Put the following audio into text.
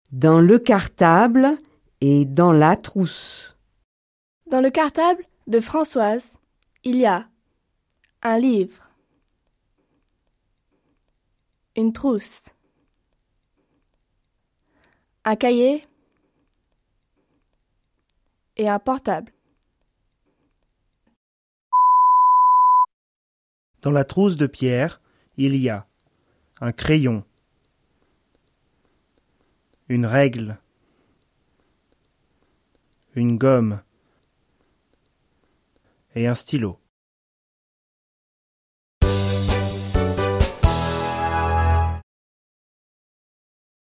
Dans le cartable et dans la trousse. Dans le cartable de Françoise, il y a un livre, une trousse, un cahier et un portable. Dans la trousse de Pierre, il y a un crayon, une règle, une gomme et un stylo.